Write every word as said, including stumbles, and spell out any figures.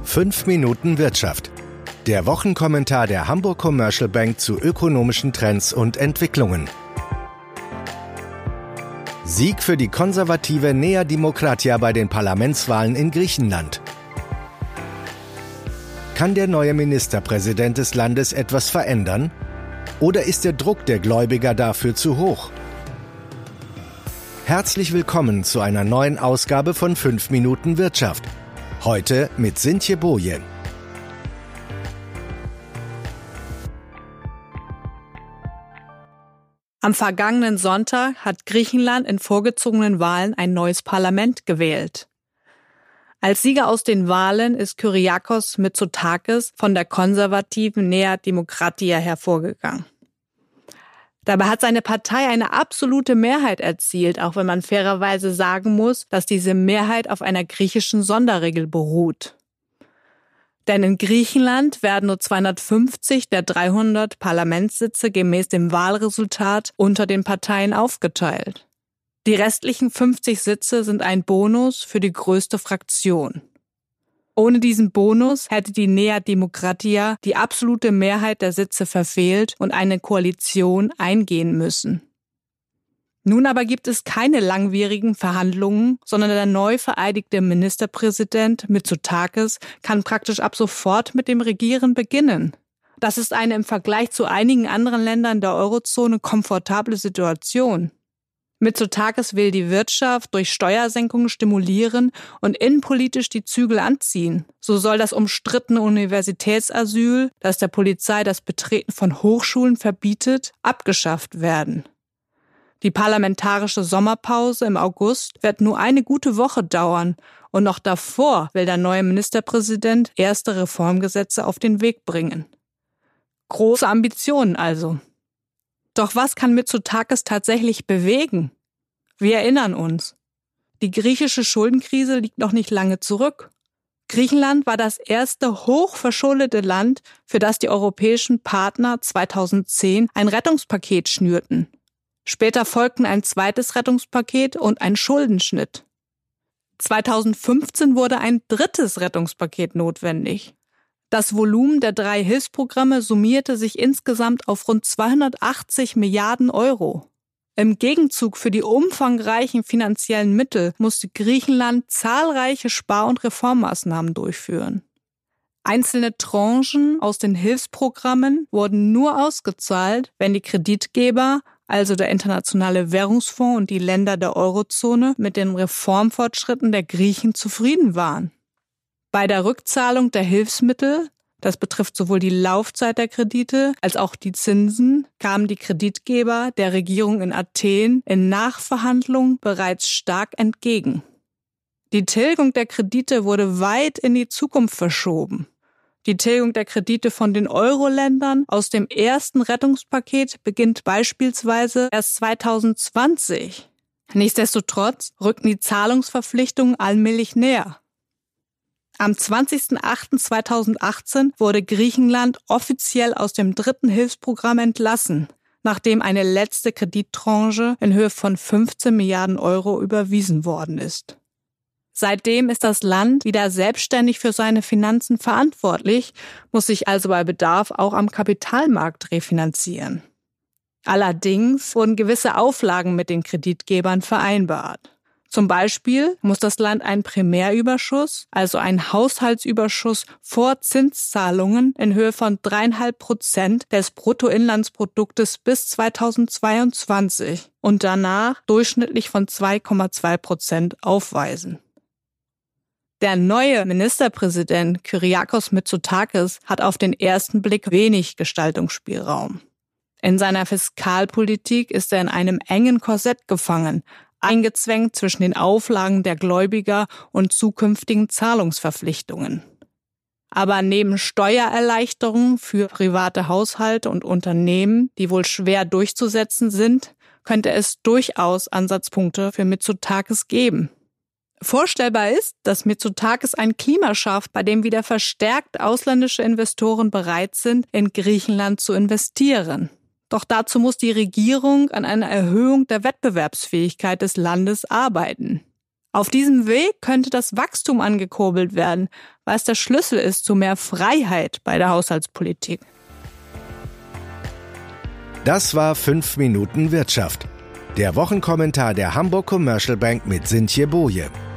fünf Minuten Wirtschaft. Der Wochenkommentar der Hamburg Commercial Bank zu ökonomischen Trends und Entwicklungen. Sieg für die konservative Nea Dimokratia bei den Parlamentswahlen in Griechenland. Kann der neue Ministerpräsident des Landes etwas verändern? Oder ist der Druck der Gläubiger dafür zu hoch? Herzlich willkommen zu einer neuen Ausgabe von fünf Minuten Wirtschaft. Heute mit Sintje Bojen. Am vergangenen Sonntag hat Griechenland in vorgezogenen Wahlen ein neues Parlament gewählt. Als Sieger aus den Wahlen ist Kyriakos Mitsotakis von der konservativen Nea Dimokratia hervorgegangen. Dabei hat seine Partei eine absolute Mehrheit erzielt, auch wenn man fairerweise sagen muss, dass diese Mehrheit auf einer griechischen Sonderregel beruht. Denn in Griechenland werden nur zweihundertfünfzig der dreihundert Parlamentssitze gemäß dem Wahlresultat unter den Parteien aufgeteilt. Die restlichen fünfzig Sitze sind ein Bonus für die größte Fraktion. Ohne diesen Bonus hätte die Nea Dimokratia die absolute Mehrheit der Sitze verfehlt und eine Koalition eingehen müssen. Nun aber gibt es keine langwierigen Verhandlungen, sondern der neu vereidigte Ministerpräsident Mitsotakis kann praktisch ab sofort mit dem Regieren beginnen. Das ist eine im Vergleich zu einigen anderen Ländern der Eurozone komfortable Situation. Mitsotakis will die Wirtschaft durch Steuersenkungen stimulieren und innenpolitisch die Zügel anziehen. So soll das umstrittene Universitätsasyl, das der Polizei das Betreten von Hochschulen verbietet, abgeschafft werden. Die parlamentarische Sommerpause im August wird nur eine gute Woche dauern und noch davor will der neue Ministerpräsident erste Reformgesetze auf den Weg bringen. Große Ambitionen also. Doch was kann Mitsotakis tatsächlich bewegen? Wir erinnern uns. Die griechische Schuldenkrise liegt noch nicht lange zurück. Griechenland war das erste hochverschuldete Land, für das die europäischen Partner zweitausendzehn ein Rettungspaket schnürten. Später folgten ein zweites Rettungspaket und ein Schuldenschnitt. zweitausendfünfzehn wurde ein drittes Rettungspaket notwendig. Das Volumen der drei Hilfsprogramme summierte sich insgesamt auf rund zweihundertachtzig Milliarden Euro. Im Gegenzug für die umfangreichen finanziellen Mittel musste Griechenland zahlreiche Spar- und Reformmaßnahmen durchführen. Einzelne Tranchen aus den Hilfsprogrammen wurden nur ausgezahlt, wenn die Kreditgeber, also der Internationale Währungsfonds und die Länder der Eurozone, mit den Reformfortschritten der Griechen zufrieden waren. Bei der Rückzahlung der Hilfsmittel, das betrifft sowohl die Laufzeit der Kredite als auch die Zinsen, kamen die Kreditgeber der Regierung in Athen in Nachverhandlungen bereits stark entgegen. Die Tilgung der Kredite wurde weit in die Zukunft verschoben. Die Tilgung der Kredite von den Euro-Ländern aus dem ersten Rettungspaket beginnt beispielsweise erst zweitausendzwanzig. Nichtsdestotrotz rückten die Zahlungsverpflichtungen allmählich näher. Am zwanzigsten achten zweitausendachtzehn wurde Griechenland offiziell aus dem dritten Hilfsprogramm entlassen, nachdem eine letzte Kredittranche in Höhe von fünfzehn Milliarden Euro überwiesen worden ist. Seitdem ist das Land wieder selbstständig für seine Finanzen verantwortlich, muss sich also bei Bedarf auch am Kapitalmarkt refinanzieren. Allerdings wurden gewisse Auflagen mit den Kreditgebern vereinbart. Zum Beispiel muss das Land einen Primärüberschuss, also einen Haushaltsüberschuss vor Zinszahlungen in Höhe von dreieinhalb Prozent des Bruttoinlandsproduktes bis zweitausendzweiundzwanzig und danach durchschnittlich von zwei Komma zwei Prozent aufweisen. Der neue Ministerpräsident Kyriakos Mitsotakis hat auf den ersten Blick wenig Gestaltungsspielraum. In seiner Fiskalpolitik ist er in einem engen Korsett gefangen, eingezwängt zwischen den Auflagen der Gläubiger und zukünftigen Zahlungsverpflichtungen. Aber neben Steuererleichterungen für private Haushalte und Unternehmen, die wohl schwer durchzusetzen sind, könnte es durchaus Ansatzpunkte für Mitsotakis geben. Vorstellbar ist, dass Mitsotakis ein Klima schafft, bei dem wieder verstärkt ausländische Investoren bereit sind, in Griechenland zu investieren. Doch dazu muss die Regierung an einer Erhöhung der Wettbewerbsfähigkeit des Landes arbeiten. Auf diesem Weg könnte das Wachstum angekurbelt werden, weil es der Schlüssel ist zu mehr Freiheit bei der Haushaltspolitik. Das war fünf Minuten Wirtschaft. Der Wochenkommentar der Hamburg Commercial Bank mit Sintje Boje.